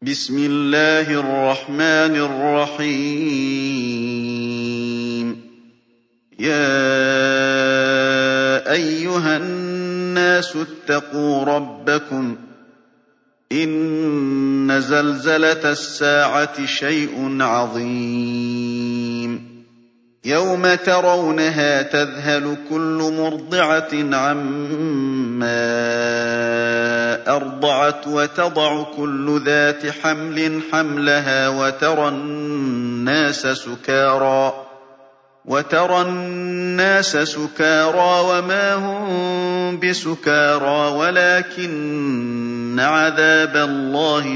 بسم الله الرحمن الرحيم يا أيها الناس اتقوا ربكم إن زلزلة الساعة شيء عظيم يوم ترونها تذهل كل مرضعة عما أرضعت وتضع كل ذات حمل حملها وترى الناس سكارى وما هم بسكارى ولكن عذاب الله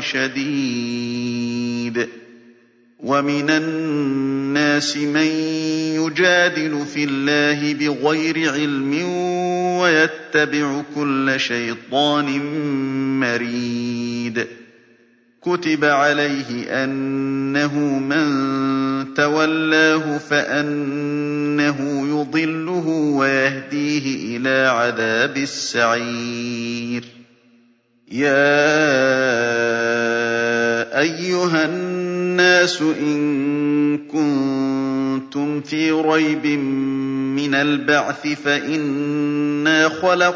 شديد ومن الناس من يجادل في الله بغير علم ويتبع كل شيطان مريد كتب عليه أنه من تولاه فأنه يضله ويهديه إلى عذاب السعير يا أيها الناس إن كنتم في ريب من البعث فإنا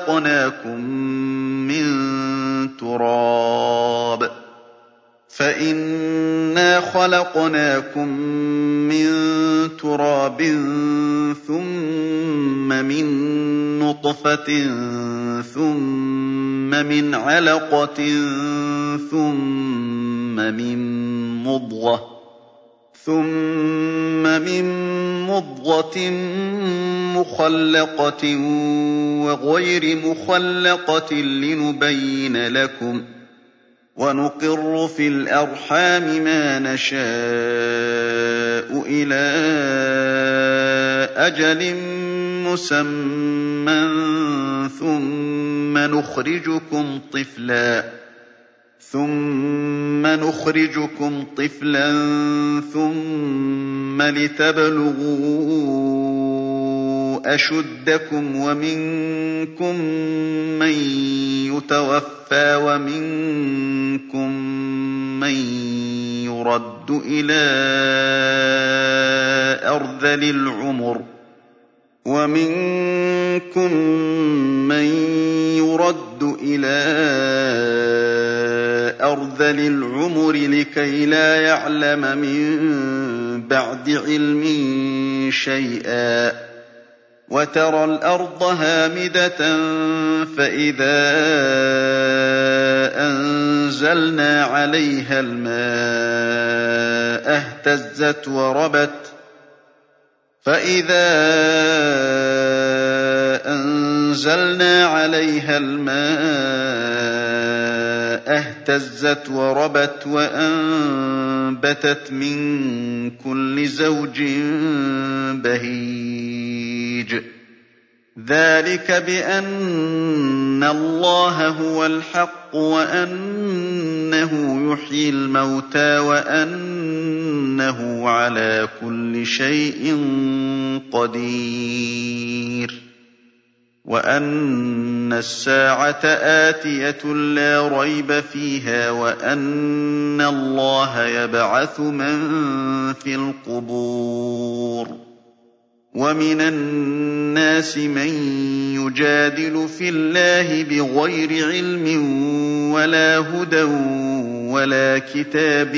خلقناكم من تراب ثم من نطفة ثم من علقة ثم من مضغة مخلقة وغير مخلقة لنبين لكم ونقر في الأرحام ما نشاء إلى أجل مسمى ثم نخرجكم طفلا ثم لتبلغوا أشدكم ومنكم من يتوفى ومنكم من يرد إلى أرذل العمر لكي لا يعلم من بعد علم شيئا وترى الأرض هامدة فإذا أنزلنا عليها الماء اهتزت وربت وأنبتت من كل زوج بهيج ذلك بأن الله هو الحق وأنه يحيي الموتى وأنه على كل شيء قدير وأن الساعة آتية لا ريب فيها وأن الله يبعث من في القبور ومن الناس من يجادل في الله بغير علم ولا هدى ولا كتاب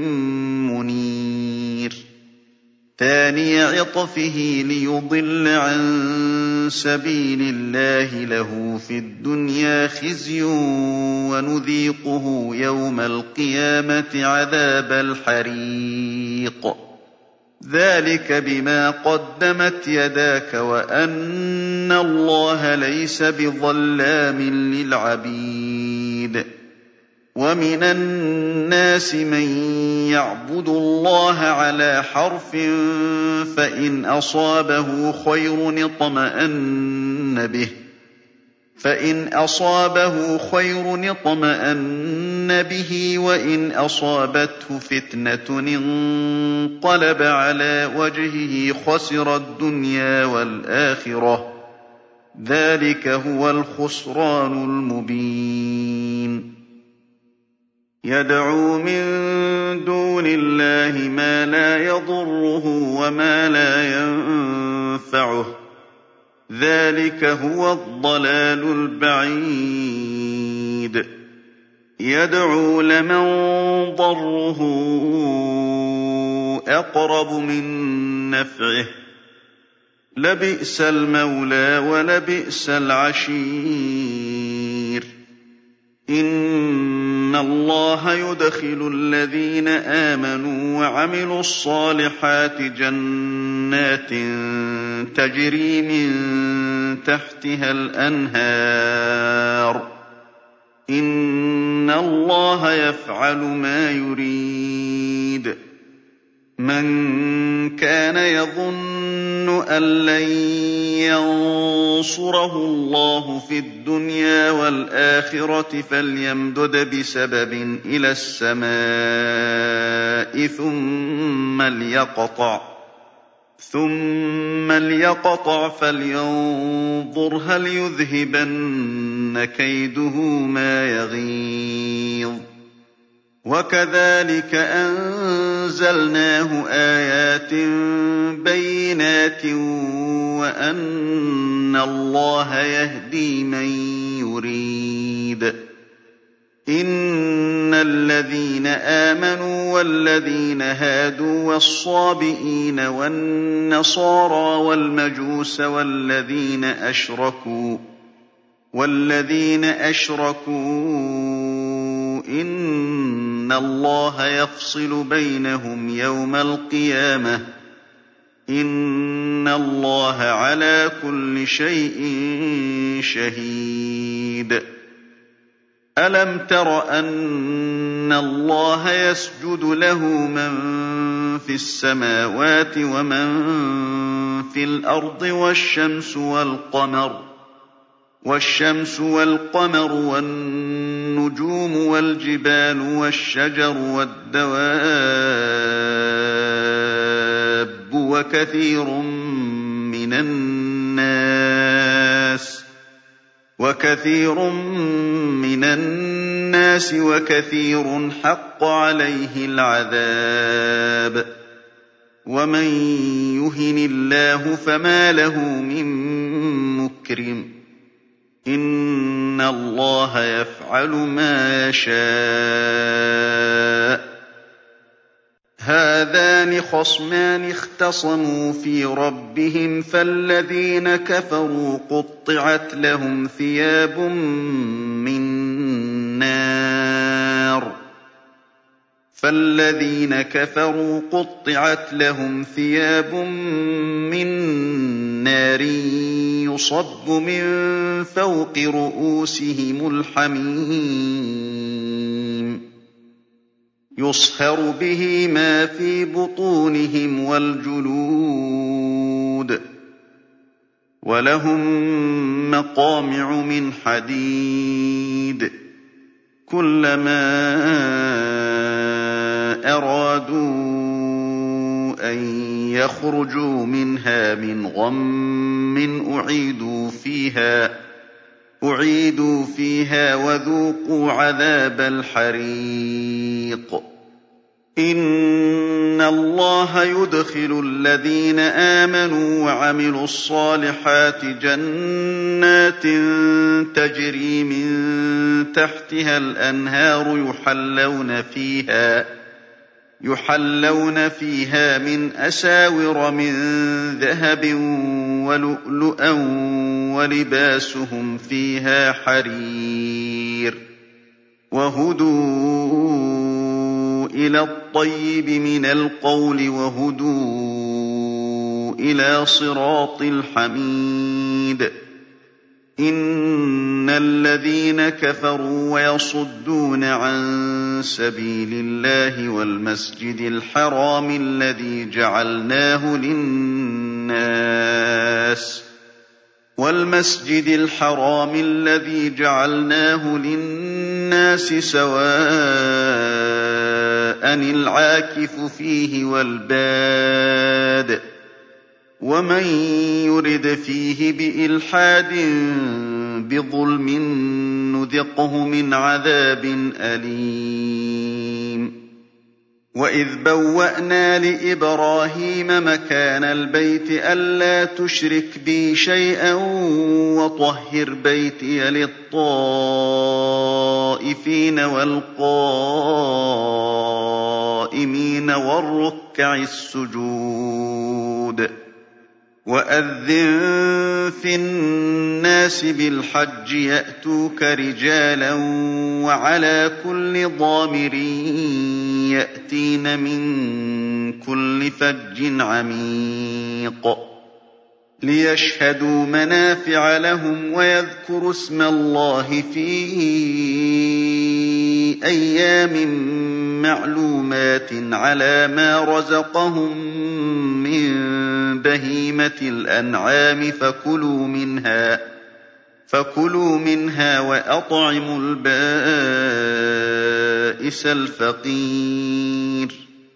منير ثاني عطفه ليضل عن سبيل الله له في الدنيا خزي ونذيقه يوم القيامة عذاب الحريق ذلك بما قدمت يداك وأن الله ليس بظلام للعبيد ومن الناس من يعبد الله على حرف فإن أصابه خير اطمأن به وإن أصابته فتنة انقلب على وجهه خسر الدنيا والآخرة ذلك هو الخسران المبين يَدْعُو مِن دُونِ اللَّهِ مَا لَا يَضُرُّهُ وَمَا لَا يَنفَعُهُ ۚ ذَٰلِكَ هُوَ الضَّلَالُ الْبَعِيدُ يَدْعُو لَمَن ضَرُّهُ أَقْرَبُ مِن نَّفْعِهِ ۚ لَبِئْسَ الْمَوْلَىٰ وَلَبِئْسَ الْعَشِيرُ إِنَّ اللَّهَ يُدْخِلُ الَّذِينَ آمَنُوا وَعَمِلُوا الصَّالِحَاتِ جَنَّاتٍ تَجْرِي مِن تَحْتِهَا الْأَنْهَارُ ۚ إِنَّ اللَّهَ يَفْعَلُ مَا يُرِيدُ مَن كَانَ يَظُنُّ أَن لَّن يَنصُرَهُ اللَّهُ فِي الدُّنْيَا وَالْآخِرَةِ فَلْيَمْدُدْ بِسَبَبٍ إِلَى السَّمَاءِ ثُمَّ لْيَقْطَعْ فَلْيَنظُرْ هَلْ يُذْهِبَنَّ كَيْدُهُ مَا يَغِيظُ وَكَذَٰلِكَ أَنزَلْنَاهُ آيَاتٍ بَيِّنَاتٍ وَأَنَّ اللَّهَ يَهْدِي مَن يُرِيدُ إِنَّ الَّذِينَ آمَنُوا وَالَّذِينَ هَادُوا وَالصَّابِئِينَ وَالنَّصَارَىٰ وَالْمَجُوسَ وَالَّذِينَ أَشْرَكُوا إِنَّ اللَّهَ يَفْصِلُ بَيْنَهُمْ يَوْمَ الْقِيَامَةِ ۚ إِنَّ اللَّهَ عَلَىٰ كُلِّ شَيْءٍ شَهِيدٌ أَلَمْ تَرَ أَنَّ اللَّهَ يَسْجُدُ لَهُ مَن فِي السَّمَاوَاتِ وَمَن فِي الْأَرْضِ وَالشَّمْسُ وَالْقَمَرُ وَالنُّجُومُ وَالْجِبَالُ وَالشَّجَرُ وَالدَّوَابُّ وَكَثِيرٌ مِّنَ النَّاسِ وَكَثِيرٌ حَقَّ عَلَيْهِ الْعَذَابُ ۗ وَمَن يُهِنِ اللَّهُ فَمَا لَهُ مِن مُّكْرِمٍ ۚ إِنَّ اللَّهَ يَفْعَلُ مَا يَشَاءُ هَٰذَانِ خَصْمَانِ اخْتَصَمُوا فِي رَبِّهِمْ فَالَّذِينَ كَفَرُوا قُطِّعَتْ لَهُمْ ثِيَابٌ مِّن نَّارٍ يُصَبُّ مِن فَوْقِ رُءُوسِهِمُ الْحَمِيمُ يُصْهَرُ بِهِ مَا فِي بُطُونِهِمْ وَالْجُلُودُ وَلَهُم مَّقَامِعُ مِنْ حَدِيدٍ كُلَّمَا أَرَادُوا أَن يَخْرُجُوا مِنْهَا مِنْ غَمٍّ أُعِيدُوا فِيهَا وَذُوقُوا عَذَابَ الْحَرِيقِ إِنَّ اللَّهَ يُدْخِلُ الَّذِينَ آمَنُوا وَعَمِلُوا الصَّالِحَاتِ جَنَّاتٍ تَجْرِي مِن تَحْتِهَا الْأَنْهَارُ يُحَلَّوْنَ فِيهَا مِنْ أَسَاوِرَ مِن ذَهَبٍ وَلُؤْلُؤًا وَلِبَاسُهُمْ فِيهَا حَرِيرٌ وَهُدُوا إِلَى الطَّيِّبِ مِنَ الْقَوْلِ وَهُدُوا إِلَىٰ صِرَاطِ الْحَمِيدِ إِنَّ الَّذِينَ كَفَرُوا وَيَصُدُّونَ عَن سَبِيلِ اللَّهِ وَالْمَسْجِدِ الْحَرَامِ الَّذِي جَعَلْنَاهُ لِلنَّاسِ سَوَاءً الْعَاكِفُ فِيهِ وَالْبَادِ ۚ وَمَن يُرِدْ فِيهِ بِإِلْحَادٍ بِظُلْمٍ نُذِقْهُ مِنْ عَذَابٍ أَلِيمٍ وَإِذْ بَوَّأْنَا لِإِبْرَاهِيمَ مَكَانَ الْبَيْتِ أَلَّا تُشْرِكْ بِي شَيْئًا وَطَهِّرْ بَيْتِيَ لِلطَّائِفِينَ وَالْقَائِمِينَ وَالرُّكَّعِ السُّجُودِ وَأَذِّن فِي النَّاسِ بِالْحَجِّ يَأْتُوكَ رِجَالًا وَعَلَىٰ كُلِّ ضَامِرٍ يَأْتِينَ مِن كُلِّ فَجٍّ عَمِيقٍ لِيَشْهَدُوا مَنَافِعَ لَهُمْ وَيَذْكُرُوا اسْمَ اللَّهِ فِي أَيَّامٍ مَّعْلُومَاتٍ عَلَىٰ مَا رَزَقَهُم مِّن بَهِيمَةِ الْأَنْعَامِ فَكُلُوا مِنْهَا وَأَطْعِمُوا الْبَائِسَ الْفَقِيرَ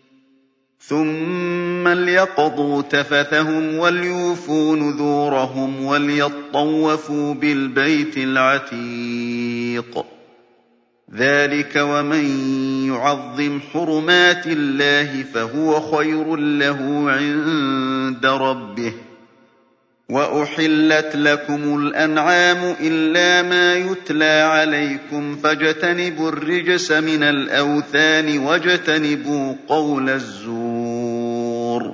ثُمَّ لْيَقْضُوا تَفَثَهُمْ وَلْيُوفُوا نُذُورَهُمْ وَلْيَطَّوَّفُوا بِالْبَيْتِ الْعَتِيقِ ذَٰلِكَ وَمَن يُعَظِّمْ حُرُمَاتِ اللَّهِ فَهُوَ خَيْرٌ لَّهُ عِندَ رَبِّهِ وَأُحِلَّتْ لَكُمُ الْأَنْعَامُ إِلَّا مَا يُتْلَىٰ عَلَيْكُمْ فَاجْتَنِبُوا الرِّجْسَ مِنَ الْأَوْثَانِ وَاجْتَنِبُوا قَوْلَ الزُّورِ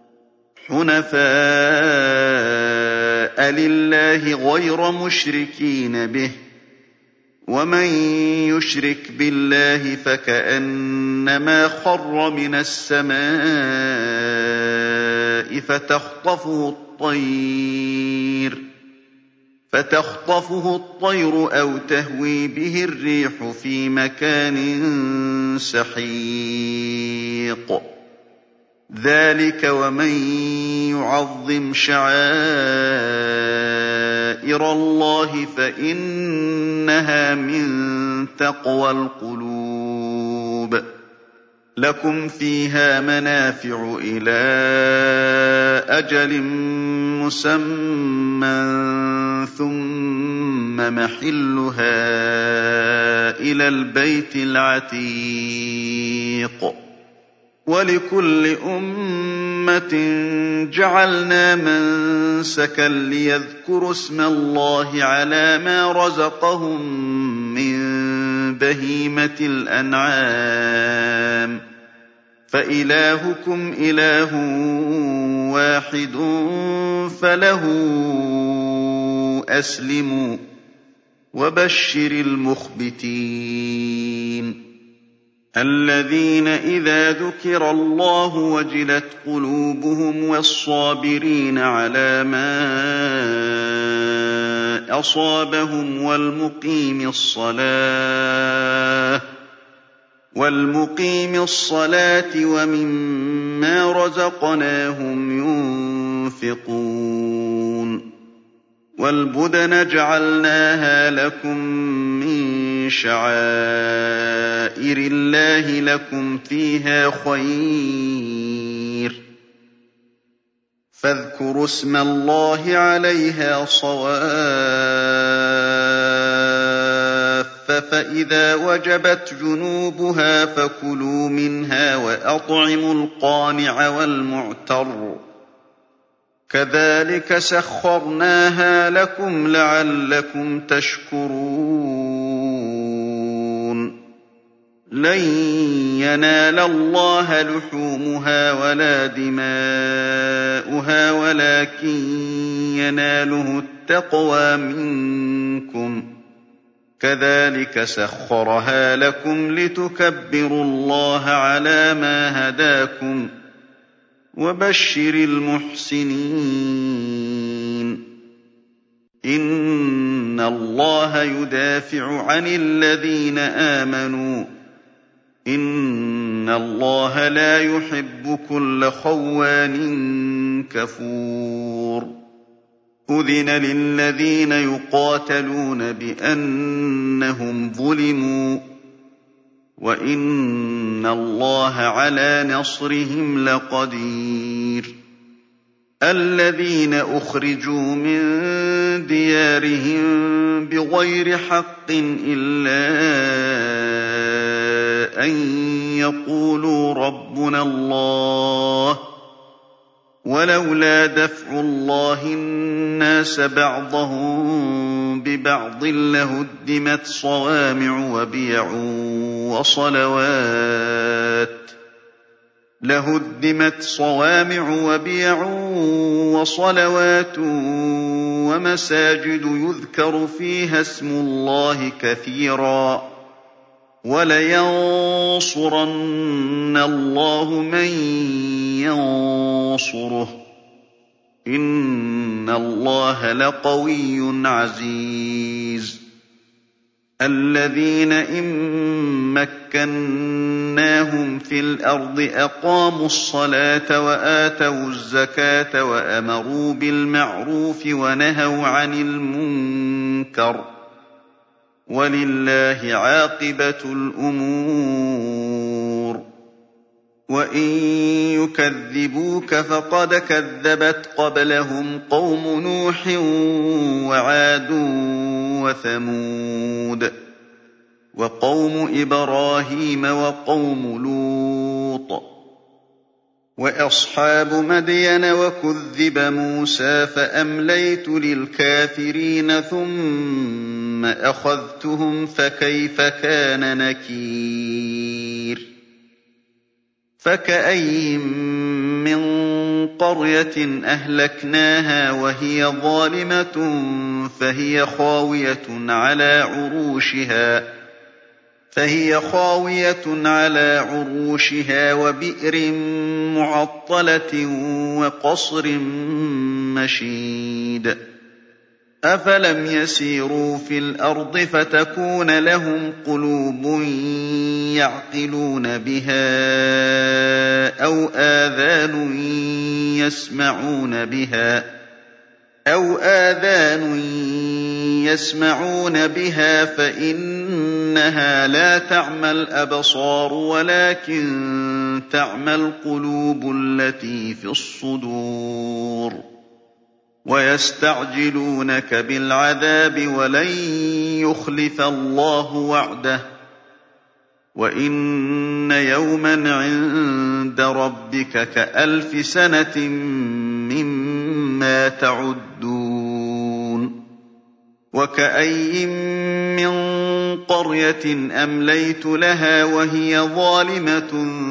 حُنَفَاءَ لِلَّهِ غَيْرَ مُشْرِكِينَ بِهِ وَمَن يُشْرِكْ بِاللَّهِ فَكَأَنَّمَا خَرَّ مِنَ السَّمَاءِ فَتَخْطَفُهُ الطَّيْرُ أَوْ تَهْوِي بِهِ الرِّيحُ فِي مَكَانٍ سَحِيقٍ ذَٰلِكَ وَمَن يُعَظِّمْ شَعَائِرَ اللَّهِ فَإِنَّهَا مِن تَقْوَى الْقُلُوبِ لَكُمْ فِيهَا مَنَافِعُ إِلَىٰ أَجَلٍ مُّسَمًّى ثُمَّ مَحِلُّهَا إِلَى الْبَيْتِ الْعَتِيقِ وَلِكُلِّ أُمَّةٍ جَعَلْنَا مَنسَكًا لِّيَذْكُرُوا اسْمَ اللَّهِ عَلَىٰ مَا رَزَقَهُم مِّن بَهِيمَةِ الْأَنْعَامِ فَإِلَٰهُكُمْ إِلَٰهٌ وَاحِدٌ فَلَهُ أَسْلِمُوا وَبَشِّرِ الْمُخْبِتِينَ الَّذِينَ إِذَا ذُكِرَ اللَّهُ وَجِلَتْ قُلُوبُهُمْ وَالصَّابِرِينَ عَلَىٰ مَا أَصَابَهُمْ وَالْمُقِيمِي الصَّلَاةِ وَمِمَّا رَزَقْنَاهُمْ يُنفِقُونَ وَالْبُدْنَ جَعَلْنَاهَا لَكُم مِّن شَعَائِرِ اللَّهِ لَكُمْ فِيهَا خَيْرٌ فاذكروا اسم الله عليها صواف فإذا وجبت جنوبها فكلوا منها وأطعموا القانع والمعتر كذلك سخرناها لكم لعلكم تشكرون لن ينال الله لحومها ولا دماؤها ولكن يناله التقوى منكم كذلك سخرها لكم لتكبروا الله على ما هداكم وبشر المحسنين إن الله يدافع عن الذين آمنوا إن الله لا يحب كل خوان كفور أذن للذين يقاتلون بأنهم ظلموا وإن الله على نصرهم لقدير الذين أخرجوا من ديارهم بغير حق إلا أن يقولوا ربنا الله ولولا دفع الله الناس بعضهم ببعض لهدمت صوامع وبيع وصلوات ومساجد يذكر فيها اسم الله كثيرا ولينصرن الله من ينصره إن الله لقوي عزيز الذين إن مكناهم في الأرض أقاموا الصلاة وآتوا الزكاة وأمروا بالمعروف ونهوا عن المنكر ولله عاقبة الأمور وإن يكذبوك فقد كذبت قبلهم قوم نوح وعاد وثمود وقوم إبراهيم وقوم لوط وأصحاب مدين وكذب موسى فأمليت للكافرين ثم أخذتهم فكيف كان نكير فكأين من قرية أهلكناها وهي ظالمة فهي خاوية على عروشها وبئر معطلة وقصر مشيد أفلم يسيروا في الأرض فتكون لهم قلوب يعقلون بها أو آذان يسمعون بها فإنها لا تعمى الأبصار ولكن تعمى القلوب التي في الصدور ويستعجلونك بالعذاب ولن يخلف الله وعده وإن يوما عند ربك كألف سنة مما تعدون وكأين من قرية أمليت لها وهي ظالمة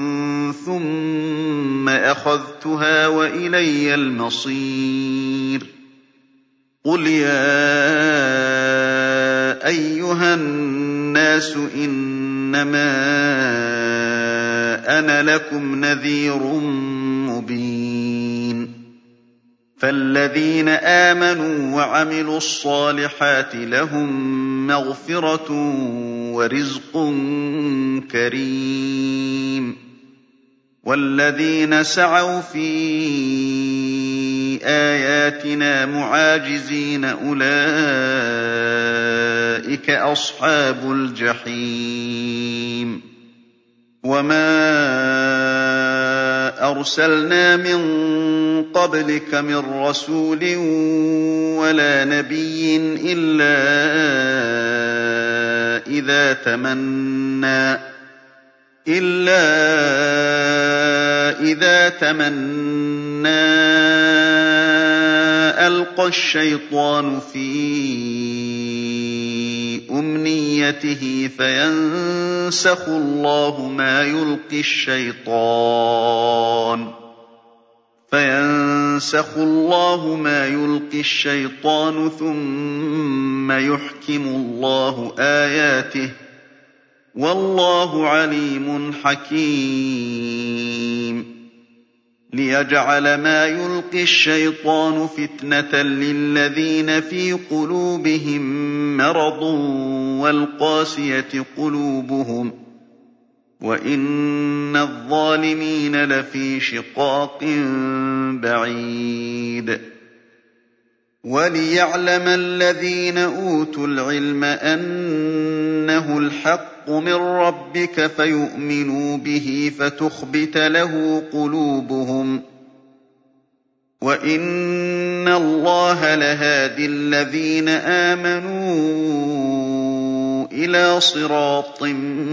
ثم أخذتها وإلي المصير قل يا أيها الناس إنما أنا لكم نذير مبين فالذين آمنوا وعملوا الصالحات لهم مغفرة ورزق كريم والذين سعوا في آياتنا معاجزين أولئك أصحاب الجحيم وما أرسلنا من قبلك من رسول ولا نبي إلا إذا تمنى ألقى الشيطان في أمنيته فينسخ الله ما يلقي الشيطان ثم يحكم الله آياته والله عليم حكيم ليجعل ما يلقي الشيطان فتنة للذين في قلوبهم مرض والقاسية قلوبهم وإن الظالمين لفي شقاق بعيد وليعلم الذين أوتوا العلم أنه الحق من ربك فيؤمنوا به فتخبت له قلوبهم وَإِنَّ اللَّهَ لَهَادِ الَّذِينَ آمَنُوا إِلَىٰ صِرَاطٍ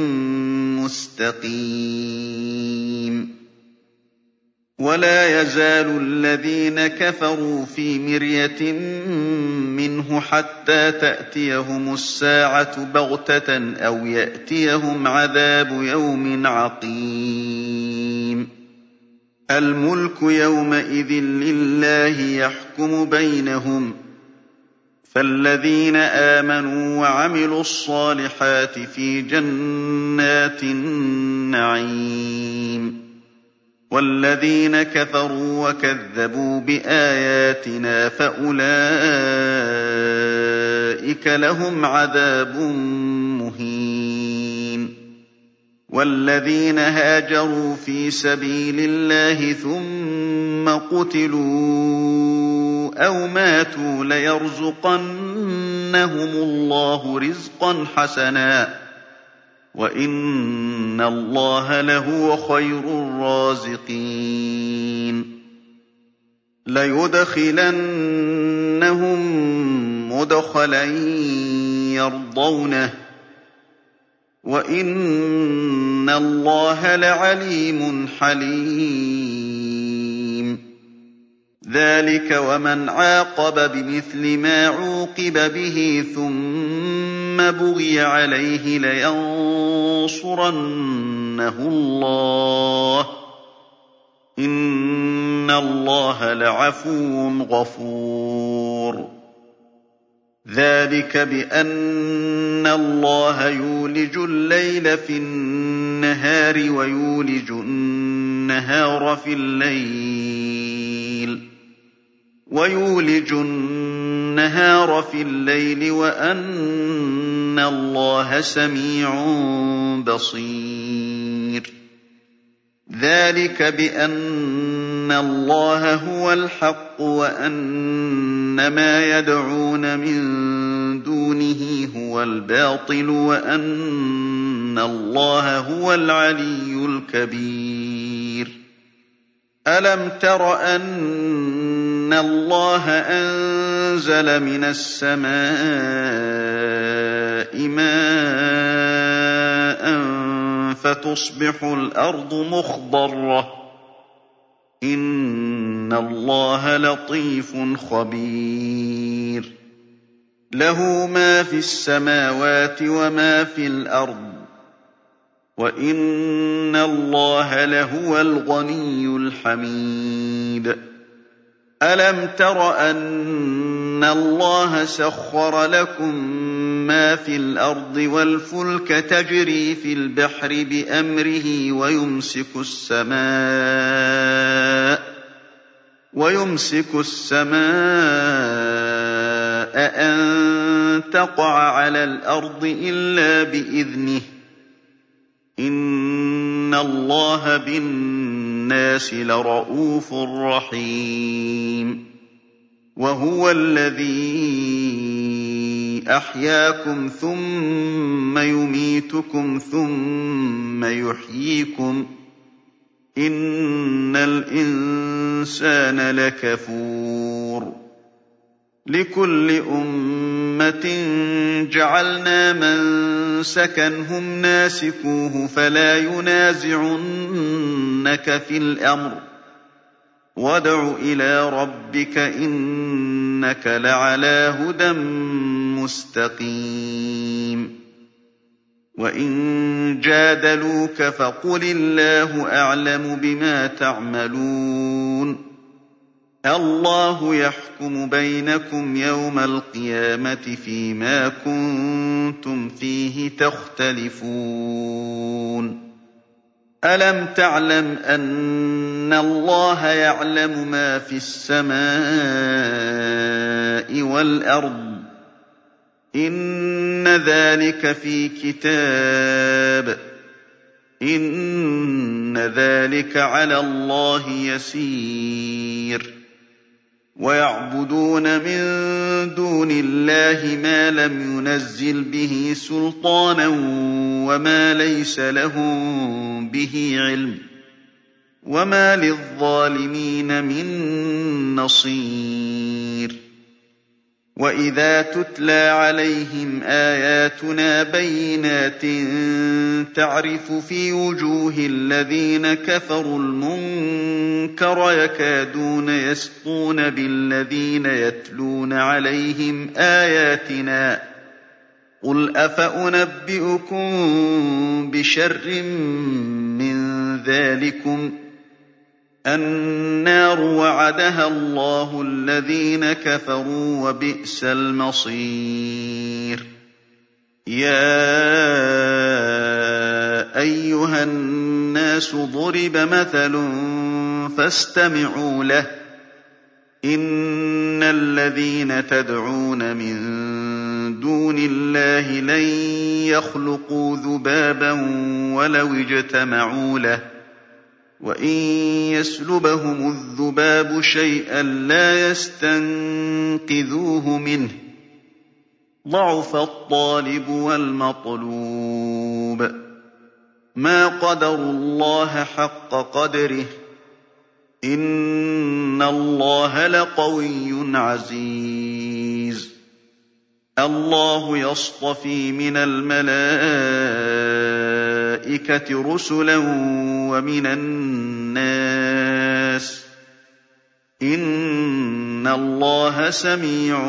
مُّسْتَقِيمٍ وَلَا يَزَالُ الَّذِينَ كَفَرُوا فِي مِرْيَةٍ مِّنْهُ حَتَّىٰ تَأْتِيَهُمُ السَّاعَةُ بَغْتَةً أَوْ يَأْتِيَهُمْ عَذَابُ يَوْمٍ عَقِيمٍ الْمُلْكُ يَوْمَئِذٍ لِّلَّهِ يَحْكُمُ بَيْنَهُمْ ۚ فَالَّذِينَ آمَنُوا وَعَمِلُوا الصَّالِحَاتِ فِي جَنَّاتِ النَّعِيمِ وَالَّذِينَ كَفَرُوا وَكَذَّبُوا بِآيَاتِنَا فَأُولَٰئِكَ لَهُمْ عَذَابٌ مُّهِينٌ وَالَّذِينَ هَاجَرُوا فِي سَبِيلِ اللَّهِ ثُمَّ قُتِلُوا أَوْ مَاتُوا لَيَرْزُقَنَّهُمُ اللَّهُ رِزْقًا حَسَنًا ۚ وَإِنَّ اللَّهَ لَهُوَ خَيْرُ الرَّازِقِينَ لَيُدْخِلَنَّهُم مُّدْخَلًا يَرْضَوْنَهُ ۗ وَإِنَّ اللَّهَ لَعَلِيمٌ حَلِيمٌ ذَٰلِكَ وَمَنْ عَاقَبَ بِمِثْلِ مَا عُوقِبَ بِهِ ثُمَّ بُغِيَ عَلَيْهِ لَيَنصُرَنَّهُ اللَّهُ ۗ إِنَّ اللَّهَ لَعَفُوٌّ غَفُورٌ ذَٰلِكَ بِأَنَّ اللَّهَ يُولِجُ اللَّيْلَ فِي النَّهَارِ وَيُولِجُ النَّهَارَ فِي اللَّيْلِ وَأَنَّ اللَّهَ سَمِيعٌ بَصِيرٌ ذَٰلِكَ بِأَنَّ اللَّهَ هُوَ الْحَقُّ وَأَنَّ مَا يَدْعُونَ مِن دُونِهِ هُوَ الْبَاطِلُ وَأَنَّ اللَّهَ هُوَ الْعَلِيُّ الْكَبِيرُ أَلَمْ تَرَ أَنَّ اللَّهَ أَنزَلَ مِنَ السَّمَاءِ مَاءً فَتُصْبِحُ الْأَرْضُ مُخْضَرَّةً ۗ إِنَّ اللَّهَ لَطِيفٌ خَبِيرٌ لَّهُ مَا فِي السَّمَاوَاتِ وَمَا فِي الْأَرْضِ ۗ وَإِنَّ اللَّهَ لَهُوَ الْغَنِيُّ الْحَمِيدُ أَلَمْ تَرَ أَنَّ اللَّهَ سَخَّرَ لَكُم مَّا فِي الْأَرْضِ وَالْفُلْكَ تَجْرِي فِي الْبَحْرِ بِأَمْرِهِ وَيُمْسِكُ السَّمَاءَ أَن تَقَعَ عَلَى الْأَرْضِ إِلَّا بِإِذْنِهِ ۗ إِنَّ اللَّهَ بِالنَّاسِ لَرَءُوفٌ رَّحِيمٌ وَهُوَ الَّذِي أَحْيَاكُمْ ثُمَّ يُمِيتُكُمْ ثُمَّ يُحْيِيكُمْ ۗ إِنَّ الْإِنسَانَ لَكَفُورٌ لِكُلِّ أُمَّةٍ جَعَلْنَا مَنسَكًا هُمْ نَاسِكُوهُ فَلَا يُنَازِعُنَّكَ فِي الْأَمْرِ ۚ وَادْعُ إِلَىٰ رَبِّكَ إِنَّكَ لَعَلَىٰ هُدًى مُّسْتَقِيمٍ وَإِن جَادَلُوكَ فَقُلِ اللَّهُ أَعْلَمُ بِمَا تَعْمَلُونَ اللَّهُ يَحْكُمُ بَيْنَكُمْ يَوْمَ الْقِيَامَةِ فِيمَا كُنتُمْ فِيهِ تَخْتَلِفُونَ أَلَمْ تَعْلَمْ أَنَّ اللَّهَ يَعْلَمُ مَا فِي السَّمَاءِ وَالْأَرْضِ ۗ إِنَّ ذَٰلِكَ فِي كِتَابٍ ۚ إِنَّ ذَٰلِكَ عَلَى اللَّهِ يَسِيرٌ وَيَعْبُدُونَ مِن دُونِ اللَّهِ مَا لَمْ يُنَزِّلْ بِهِ سُلْطَانًا وَمَا لَيْسَ لَهُم بِهِ عِلْمٌ ۗ وما للظالمين من نصير وإذا تتلى عليهم آياتنا بينات تعرف في وجوه الذين كفروا المنكر يكادون يسطون بالذين يتلون عليهم آياتنا قل أفأنبئكم بشر من ذلكم النار وعدها الله الذين كفروا وبئس المصير يا أيها الناس ضرب مثل فاستمعوا له إن الذين تدعون من دون الله لن يخلقوا ذبابا ولو اجتمعوا له وإن يسلبهم الذباب شيئا لا يستنقذوه منه ضعف الطالب والمطلوب ما قدروا الله حق قدره إن الله لقوي عزيز الله يصطفي من الملائكة رسلا ومن الناس إن الله سميع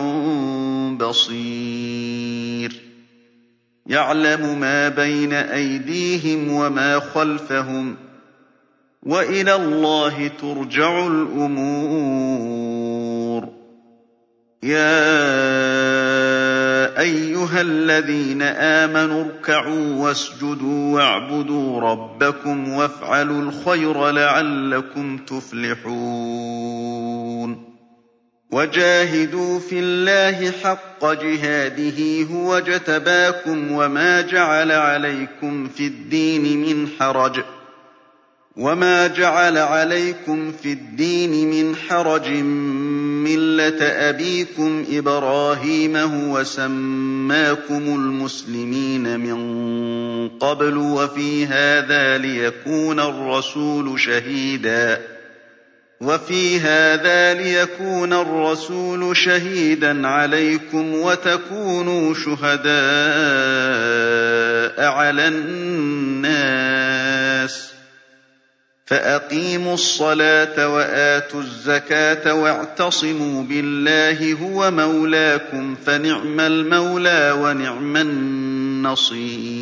بصير يعلم ما بين أيديهم وما خلفهم وإلى الله ترجع الأمور يا أيها الذين آمنوا اركعوا واسجدوا واعبدوا ربكم وافعلوا الخير لعلكم تفلحون وجاهدوا في الله حق جهاده هو اجتباكم وما جعل عليكم في الدين من حرج ملة أبيكم إبراهيم هو سماكم المسلمين من قبل وفي هذا ليكون الرسول شهيدا عليكم وتكونوا شهداء على الناس فأقيموا الصلاة وآتوا الزكاة واعتصموا بالله هو مولاكم فنعم المولى ونعم النصير